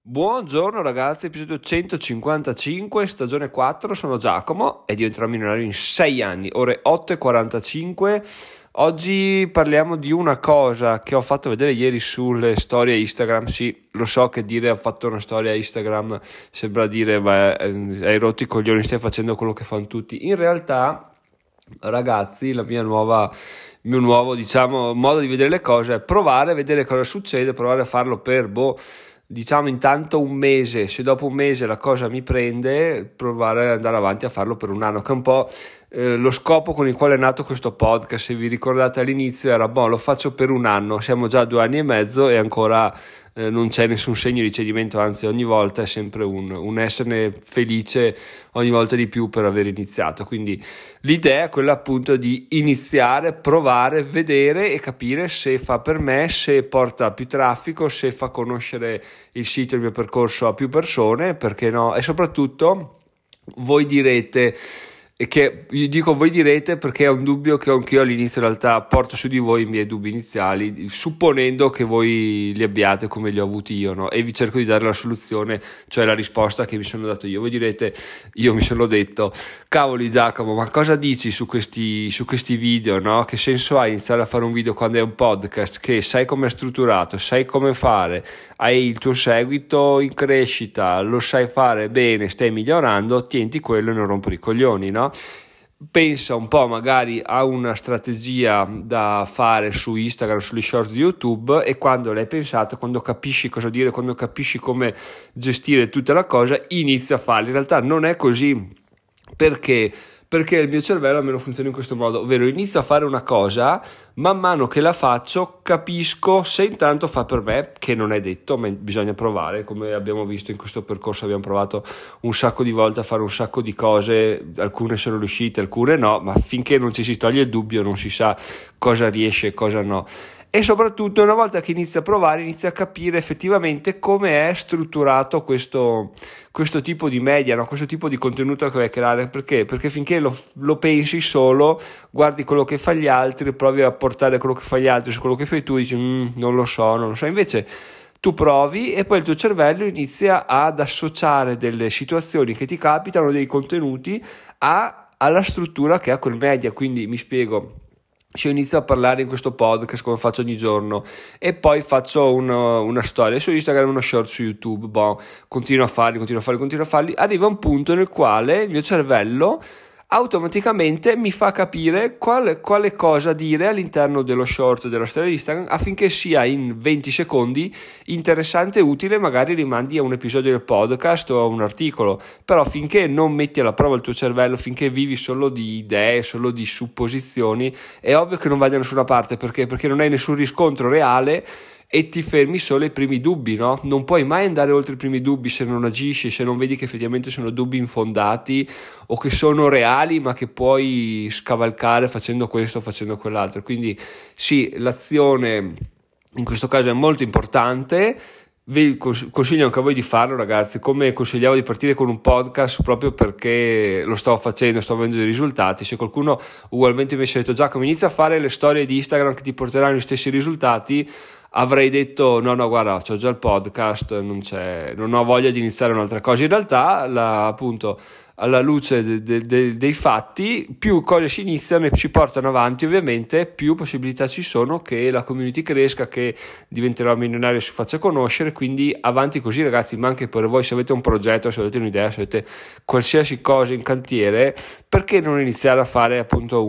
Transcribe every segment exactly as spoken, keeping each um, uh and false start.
Buongiorno ragazzi, episodio centocinquantacinque, stagione quattro, sono Giacomo e diventerò milionario in sei anni, ore otto e quarantacinque. Oggi parliamo di una cosa che ho fatto vedere ieri sulle storie Instagram. Sì, lo so che dire ho fatto una storia Instagram sembra dire beh, hai rotto i coglioni, stai facendo quello che fanno tutti. In realtà, ragazzi, la mia nuova, il mio nuovo diciamo modo di vedere le cose è provare a vedere cosa succede, provare a farlo per boh diciamo intanto un mese, se dopo un mese la cosa mi prende, provare ad andare avanti a farlo per un anno, che è un po' eh, lo scopo con il quale è nato questo podcast. Se vi ricordate all'inizio era boh, lo faccio per un anno, siamo già a due anni e mezzo e ancora eh, non c'è nessun segno di cedimento, anzi ogni volta è sempre un, un esserne felice ogni volta di più per aver iniziato. Quindi l'idea è quella appunto di iniziare, provare, vedere e capire se fa per me, se porta più traffico, se fa conoscere il sito, il mio percorso a più persone, perché no? E soprattutto voi direte, che io dico voi direte perché è un dubbio che anch'io all'inizio in realtà porto su di voi i miei dubbi iniziali, supponendo che voi li abbiate come li ho avuti io, no? E vi cerco di dare la soluzione, cioè la risposta che mi sono dato io. Voi direte, io mi sono detto, cavoli Giacomo, ma cosa dici su questi, su questi video, no? Che senso ha iniziare a fare un video quando è un podcast, che sai come è strutturato, sai come fare, hai il tuo seguito in crescita, lo sai fare bene, stai migliorando, tienti quello e non rompere i coglioni, no? Pensa un po' magari a una strategia da fare su Instagram, sugli short di YouTube, e quando l'hai pensata, quando capisci cosa dire, quando capisci come gestire tutta la cosa, inizia a farla. In realtà non è così, perché? Perché il mio cervello almeno funziona in questo modo, ovvero inizio a fare una cosa, man mano che la faccio capisco se intanto fa per me, che non è detto, ma bisogna provare. Come abbiamo visto in questo percorso abbiamo provato un sacco di volte a fare un sacco di cose, alcune sono riuscite, alcune no, ma finché non ci si toglie il dubbio non si sa cosa riesce e cosa no. E soprattutto una volta che inizia a provare inizia a capire effettivamente come è strutturato questo, questo tipo di media, no? Questo tipo di contenuto che vai a creare. Perché? Perché finché lo, lo pensi solo, guardi quello che fa gli altri, provi a portare quello che fa gli altri su quello che fai tu, dici mm, non lo so, non lo so. Invece tu provi e poi il tuo cervello inizia ad associare delle situazioni che ti capitano, dei contenuti a, alla struttura che ha quel media. Quindi mi spiego. Se io inizio a parlare in questo podcast come faccio ogni giorno e poi faccio una, una storia su Instagram, uno short su YouTube, boh, continuo a farli, continuo a farli, continuo a farli, arriva un punto nel quale il mio cervello automaticamente mi fa capire quale, quale cosa dire all'interno dello short della storia di Instagram affinché sia in venti secondi interessante e utile. Magari rimandi a un episodio del podcast o a un articolo, però finché non metti alla prova il tuo cervello, finché vivi solo di idee, solo di supposizioni, è ovvio che non vai da nessuna parte. Perché? Perché non hai nessun riscontro reale e ti fermi solo ai primi dubbi, no? Non puoi mai andare oltre i primi dubbi se non agisci, se non vedi che effettivamente sono dubbi infondati o che sono reali ma che puoi scavalcare facendo questo, facendo quell'altro. Quindi sì, l'azione in questo caso è molto importante. Vi consiglio anche a voi di farlo, ragazzi, come consigliavo di partire con un podcast, proprio perché lo sto facendo, sto avendo dei risultati. Se qualcuno ugualmente mi ha detto Giacomo inizia a fare le storie di Instagram che ti porteranno gli stessi risultati, avrei detto no no guarda, c'ho già il podcast, non c'è, non ho voglia di iniziare un'altra cosa. In realtà la, appunto alla luce de, de, de, dei fatti, più cose si iniziano e si portano avanti, ovviamente più possibilità ci sono che la community cresca, che diventerò milionario e si faccia conoscere. Quindi avanti così, ragazzi. Ma anche per voi, se avete un progetto, se avete un'idea, se avete qualsiasi cosa in cantiere, perché non iniziare a fare appunto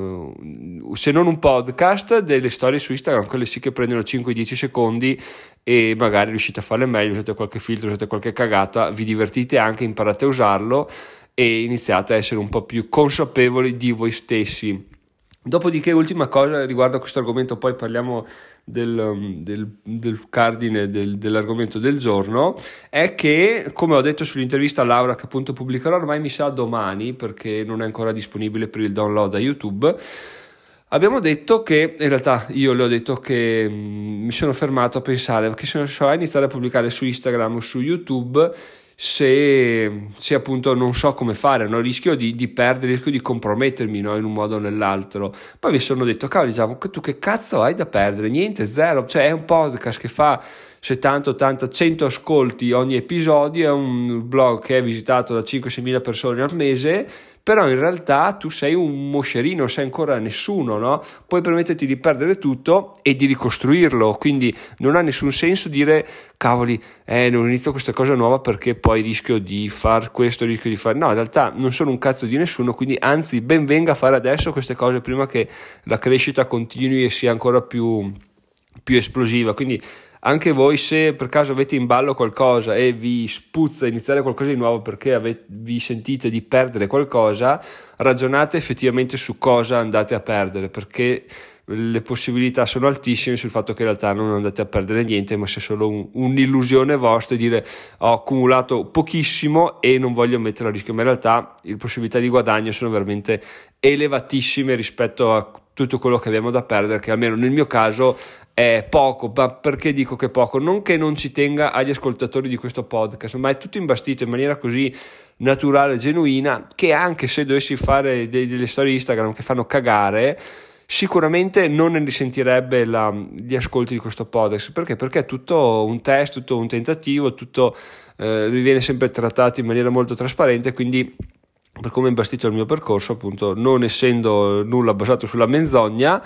un, se non un podcast, delle storie su Instagram, quelle sì che prendono cinque dieci secondi e magari riuscite a farle meglio, usate qualche filtro, usate qualche cagata, vi divertite anche, imparate a usarlo e iniziate a essere un po' più consapevoli di voi stessi. Dopodiché, ultima cosa riguardo a questo argomento, poi parliamo del, del, del cardine del, dell'argomento del giorno, è che, come ho detto sull'intervista a Laura, che appunto pubblicherò ormai mi sa domani perché non è ancora disponibile per il download da YouTube, abbiamo detto che, in realtà io le ho detto che mh, mi sono fermato a pensare che se non so iniziare a pubblicare su Instagram o su YouTube, se, se appunto non so come fare, no? Rischio di, di perdere, rischio di compromettermi, no? In un modo o nell'altro. Poi mi sono detto, cavolo, diciamo, tu che cazzo hai da perdere? Niente, zero, cioè è un podcast che fa settanta, ottanta, cento ascolti ogni episodio, è un blog che è visitato da cinque sei mila persone al mese, però in realtà tu sei un moscerino, sei ancora nessuno, no? Puoi permetterti di perdere tutto e di ricostruirlo, quindi non ha nessun senso dire cavoli, eh, non inizio questa cosa nuova perché poi rischio di far questo, rischio di fare... No, in realtà non sono un cazzo di nessuno, quindi anzi ben venga a fare adesso queste cose prima che la crescita continui e sia ancora più, più esplosiva, quindi anche voi, se per caso avete in ballo qualcosa e vi spuzza iniziare qualcosa di nuovo perché avete, vi sentite di perdere qualcosa, ragionate effettivamente su cosa andate a perdere, perché le possibilità sono altissime sul fatto che in realtà non andate a perdere niente, ma sia solo un, un'illusione vostra di dire ho accumulato pochissimo e non voglio metterlo a rischio, ma in realtà le possibilità di guadagno sono veramente elevatissime rispetto a tutto quello che abbiamo da perdere, che almeno nel mio caso è poco. Ma perché dico che è poco? Non che non ci tenga agli ascoltatori di questo podcast, ma è tutto imbastito in maniera così naturale e genuina che anche se dovessi fare dei, delle storie Instagram che fanno cagare, sicuramente non ne risentirebbe la, gli ascolti di questo podcast. Perché? Perché è tutto un test, tutto un tentativo, tutto eh, viene sempre trattato in maniera molto trasparente, quindi per come è imbastito il mio percorso, appunto, non essendo nulla basato sulla menzogna,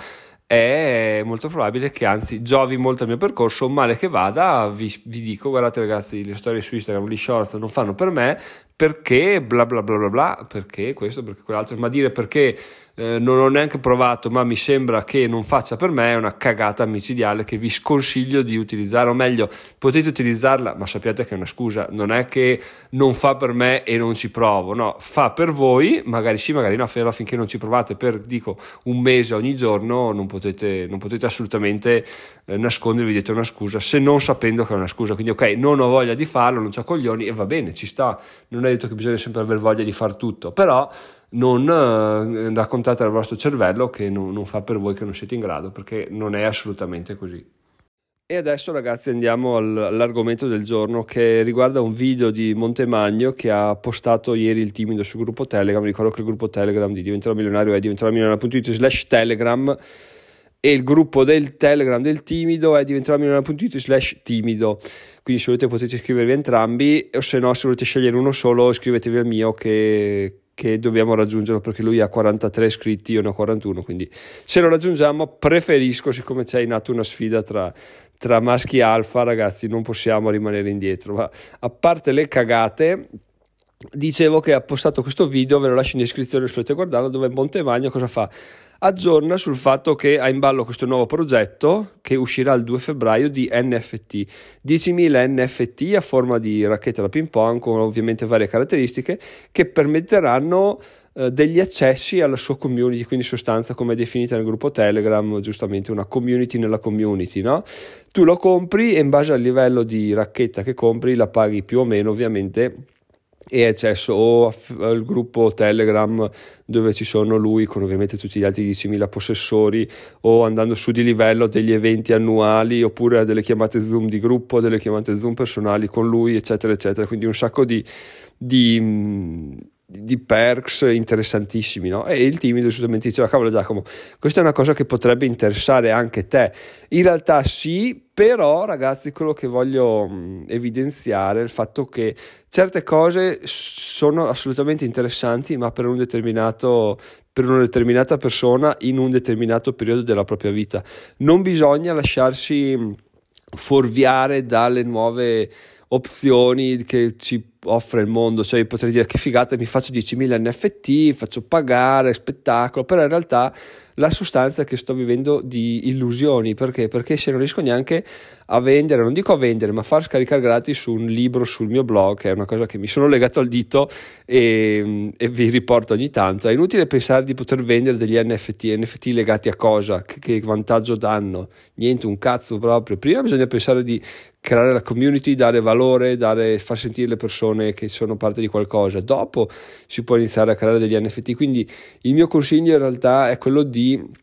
è molto probabile che anzi giovi molto al mio percorso. Male che vada, vi, vi dico, guardate ragazzi, le storie su Instagram, gli shorts non fanno per me, perché bla bla bla bla bla, perché questo, perché quell'altro, ma dire perché eh, non ho neanche provato ma mi sembra che non faccia per me è una cagata micidiale che vi sconsiglio di utilizzare, o meglio potete utilizzarla ma sappiate che è una scusa, non è che non fa per me e non ci provo, no, fa per voi, magari sì, magari no, però finché non ci provate per, dico, un mese ogni giorno non potete, non potete assolutamente eh, nascondervi dietro una scusa, se non sapendo che è una scusa. Quindi ok, non ho voglia di farlo, non c'ho coglioni e va bene, ci sta, non è detto che bisogna sempre aver voglia di far tutto, però non eh, raccontate al vostro cervello che non, non fa per voi, che non siete in grado, perché non è assolutamente così. E adesso ragazzi andiamo al, all'argomento del giorno, che riguarda un video di Montemagno che ha postato ieri il Timido sul gruppo Telegram. Ricordo che il gruppo Telegram di Diventerò Milionario è diventerò milionario.it slash Telegram e il gruppo del Telegram del Timido è diventerò milionario.it slash Timido, quindi se volete potete iscrivervi entrambi, o se no, se volete scegliere uno solo iscrivetevi al mio che che dobbiamo raggiungerlo, perché lui ha quarantatré iscritti, io ne ho quarantuno, quindi se lo raggiungiamo preferisco, siccome c'è in atto una sfida tra, tra maschi alfa, ragazzi, non possiamo rimanere indietro. Ma a parte le cagate, dicevo che ha postato questo video, ve lo lascio in descrizione se volete guardarlo, dove Montemagno cosa fa? Aggiorna sul fatto che ha in ballo questo nuovo progetto che uscirà il due febbraio di N F T, diecimila N F T a forma di racchetta da ping pong con ovviamente varie caratteristiche che permetteranno eh, degli accessi alla sua community, quindi in sostanza come è definita nel gruppo Telegram, giustamente una community nella community, no? Tu lo compri e in base al livello di racchetta che compri la paghi più o meno ovviamente, e accesso o al gruppo Telegram dove ci sono lui con ovviamente tutti gli altri diecimila possessori, o andando su di livello degli eventi annuali, oppure a delle chiamate Zoom di gruppo, delle chiamate Zoom personali con lui, eccetera eccetera. Quindi un sacco di, di di perks interessantissimi, no? E il Timido giustamente diceva cavolo Giacomo, questa è una cosa che potrebbe interessare anche te. In realtà sì, però ragazzi, quello che voglio mh, evidenziare è il fatto che certe cose sono assolutamente interessanti, ma per un determinato per una determinata persona in un determinato periodo della propria vita. Non bisogna lasciarsi fuorviare dalle nuove opzioni che ci offre il mondo. Cioè potrei dire che figata, mi faccio diecimila N F T, faccio pagare, spettacolo, però in realtà la sostanza è che sto vivendo di illusioni. Perché? Perché se non riesco neanche a vendere, non dico a vendere, ma a far scaricare gratis un libro sul mio blog, che è una cosa che mi sono legato al dito e, e vi riporto ogni tanto, è inutile pensare di poter vendere degli N F T, N F T legati a cosa, che, che vantaggio danno? Niente, un cazzo proprio. Prima bisogna pensare di creare la community, dare valore, dare, far sentire le persone che sono parte di qualcosa, dopo si può iniziare a creare degli N F T. Quindi il mio consiglio in realtà è quello di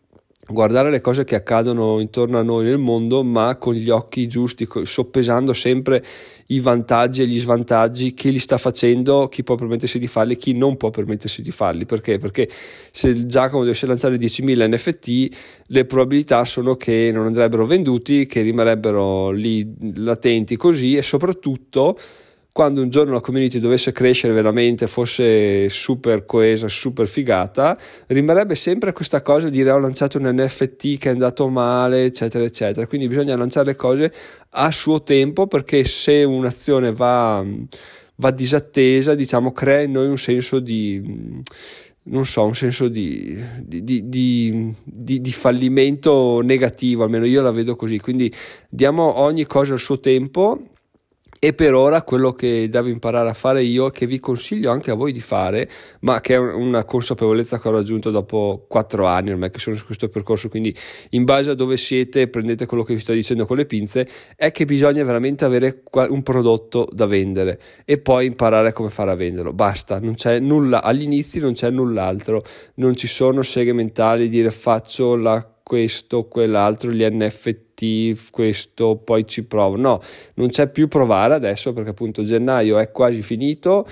guardare le cose che accadono intorno a noi nel mondo, ma con gli occhi giusti, soppesando sempre i vantaggi e gli svantaggi, chi li sta facendo, chi può permettersi di farli, chi non può permettersi di farli. Perché? Perché se Giacomo dovesse lanciare diecimila N F T, le probabilità sono che non andrebbero venduti, che rimarrebbero lì latenti così, e soprattutto quando un giorno la community dovesse crescere veramente, fosse super coesa, super figata, rimarrebbe sempre questa cosa di dire ho lanciato un N F T che è andato male, eccetera eccetera. Quindi bisogna lanciare le cose a suo tempo, perché se un'azione va, va disattesa, diciamo, crea in noi un senso di... non so, un senso di, di, di, di, di, di fallimento negativo, almeno io la vedo così. Quindi diamo ogni cosa al suo tempo. E per ora quello che devo imparare a fare io, che vi consiglio anche a voi di fare, ma che è una consapevolezza che ho raggiunto dopo quattro anni ormai che sono su questo percorso, quindi in base a dove siete prendete quello che vi sto dicendo con le pinze, è che bisogna veramente avere un prodotto da vendere e poi imparare come fare a venderlo. Basta, non c'è nulla, agli inizi non c'è null'altro, non ci sono seghe mentali, dire faccio la questo, quell'altro, gli N F T, questo, poi ci provo. No, non c'è più provare adesso, perché appunto gennaio è quasi finito,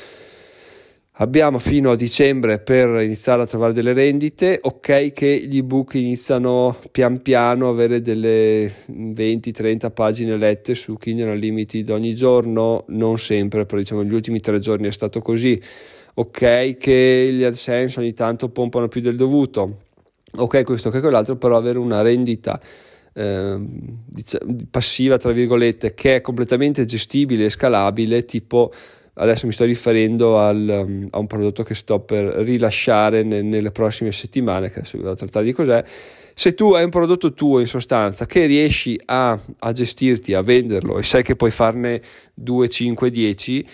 abbiamo fino a dicembre per iniziare a trovare delle rendite. Ok che gli ebook iniziano pian piano a avere delle venti trenta pagine lette su Kindle Unlimited ogni giorno, non sempre, però diciamo gli ultimi tre giorni è stato così. Ok che gli AdSense ogni tanto pompano più del dovuto, ok questo, ok quell'altro, però avere una rendita eh, diciamo, passiva tra virgolette, che è completamente gestibile e scalabile, tipo adesso mi sto riferendo al, um, a un prodotto che sto per rilasciare ne, nelle prossime settimane, che adesso vi vado a trattare di cos'è. Se tu hai un prodotto tuo in sostanza che riesci a, a gestirti, a venderlo, e sai che puoi farne due, cinque, dieci,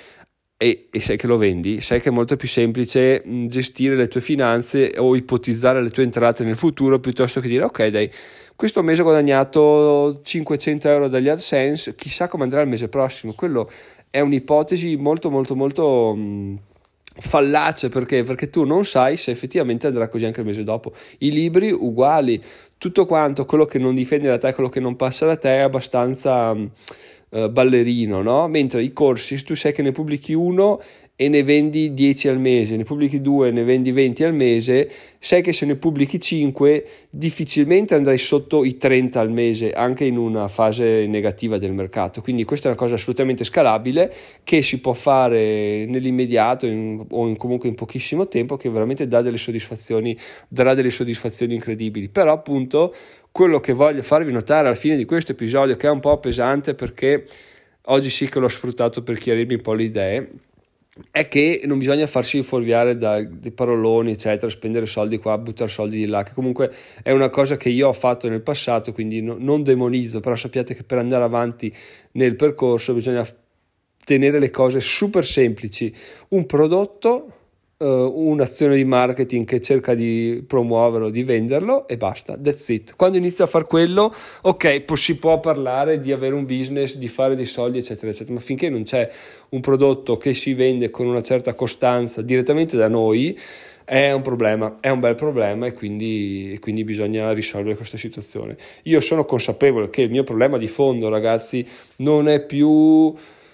E, e sai che lo vendi, sai che è molto più semplice gestire le tue finanze o ipotizzare le tue entrate nel futuro, piuttosto che dire ok dai, questo mese ho guadagnato cinquecento euro dagli AdSense, chissà come andrà il mese prossimo. Quello è un'ipotesi molto molto molto mh, fallace. Perché? Perché tu non sai se effettivamente andrà così anche il mese dopo. I libri uguali, tutto quanto, quello che non difende da te, quello che non passa da te è abbastanza mh, Uh, ballerino, no? Mentre i corsi, se tu sai che ne pubblichi uno e ne vendi dieci al mese, ne pubblichi due e ne vendi venti al mese, sai che se ne pubblichi cinque difficilmente andrai sotto i trenta al mese, anche in una fase negativa del mercato. Quindi questa è una cosa assolutamente scalabile, che si può fare nell'immediato in, o in, comunque in pochissimo tempo, che veramente dà delle soddisfazioni, darà delle soddisfazioni incredibili. Però appunto quello che voglio farvi notare alla fine di questo episodio, che è un po' pesante perché oggi sì che l'ho sfruttato per chiarirmi un po' le idee, è che non bisogna farsi fuorviare da dei paroloni eccetera, spendere soldi qua, buttare soldi di là, che comunque è una cosa che io ho fatto nel passato, quindi no, non demonizzo, però sappiate che per andare avanti nel percorso bisogna tenere le cose super semplici: un prodotto, Uh, un'azione di marketing che cerca di promuoverlo, di venderlo, e basta, that's it. Quando inizia a far quello, ok, po- si può parlare di avere un business, di fare dei soldi eccetera eccetera, ma finché non c'è un prodotto che si vende con una certa costanza direttamente da noi, è un problema, è un bel problema, e quindi, e quindi bisogna risolvere questa situazione. Io sono consapevole che il mio problema di fondo, ragazzi, non è più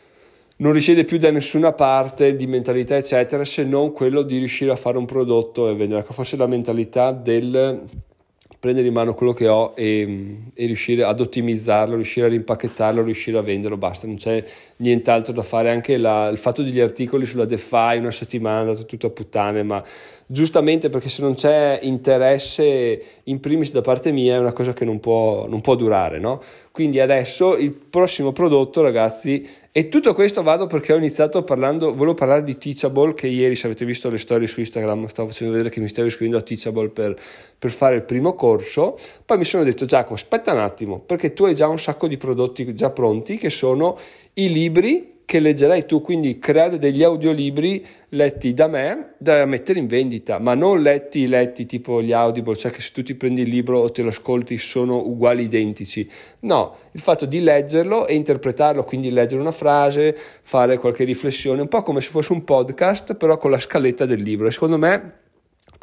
non risiede più da nessuna parte di mentalità eccetera, se non quello di riuscire a fare un prodotto e vendere. Forse la mentalità del prendere in mano quello che ho e, e riuscire ad ottimizzarlo, riuscire a rimpacchettarlo, riuscire a venderlo, basta, non c'è nient'altro da fare. Anche la, il fatto degli articoli sulla DeFi, una settimana è andato tutto a puttane, ma giustamente, perché se non c'è interesse in primis da parte mia è una cosa che non può, non può durare, no? Quindi adesso il prossimo prodotto, ragazzi, e tutto questo vado perché ho iniziato parlando, volevo parlare di Teachable, che ieri, se avete visto le storie su Instagram, stavo facendo vedere che mi stavo iscrivendo a Teachable per, per fare il primo corso. Poi mi sono detto: Giacomo, aspetta un attimo, perché tu hai già un sacco di prodotti già pronti, che sono i libri che leggerai tu, quindi creare degli audiolibri letti da me da mettere in vendita, ma non letti letti tipo gli Audible, cioè che se tu ti prendi il libro o te lo ascolti sono uguali, identici. No, il fatto di leggerlo e interpretarlo, quindi leggere una frase, fare qualche riflessione, un po' come se fosse un podcast però con la scaletta del libro. E secondo me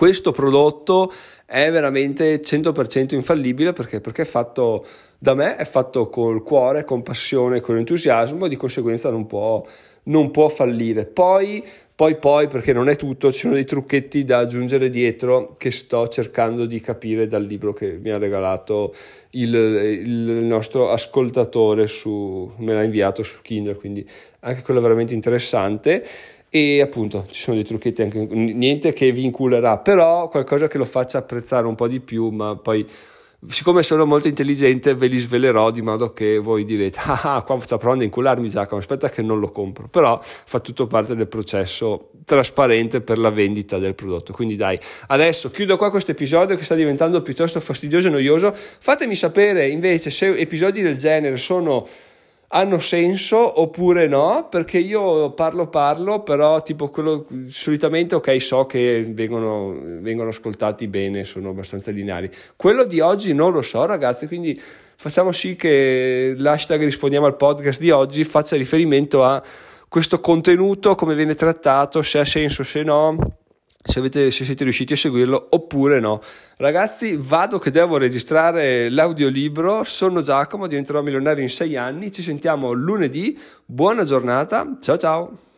questo prodotto è veramente cento per cento infallibile perché, perché è fatto da me, è fatto col cuore, con passione, con entusiasmo, e di conseguenza non può, non può fallire. Poi, poi, poi, perché non è tutto, ci sono dei trucchetti da aggiungere dietro che sto cercando di capire dal libro che mi ha regalato il, il nostro ascoltatore, su, me l'ha inviato su Kindle, quindi anche quello è veramente interessante. E appunto ci sono dei trucchetti, anche niente che vi inculerà, però qualcosa che lo faccia apprezzare un po' di più, ma poi siccome sono molto intelligente ve li svelerò di modo che voi direte ah, ah qua sta provando a incularmi Giacomo, aspetta che non lo compro, però fa tutto parte del processo trasparente per la vendita del prodotto. Quindi dai, adesso chiudo qua questo episodio che sta diventando piuttosto fastidioso e noioso. Fatemi sapere invece se episodi del genere sono hanno senso oppure no, perché io parlo parlo, però tipo quello solitamente ok, so che vengono, vengono ascoltati bene, sono abbastanza lineari. Quello di oggi non lo so, ragazzi, quindi facciamo sì che l'hashtag rispondiamo al podcast di oggi faccia riferimento a questo contenuto, come viene trattato, se ha senso, se no, se, avete, se siete riusciti a seguirlo oppure no. Ragazzi, vado che devo registrare l'audiolibro. Sono Giacomo, diventerò milionario in sei anni. Ci sentiamo lunedì. Buona giornata. Ciao ciao.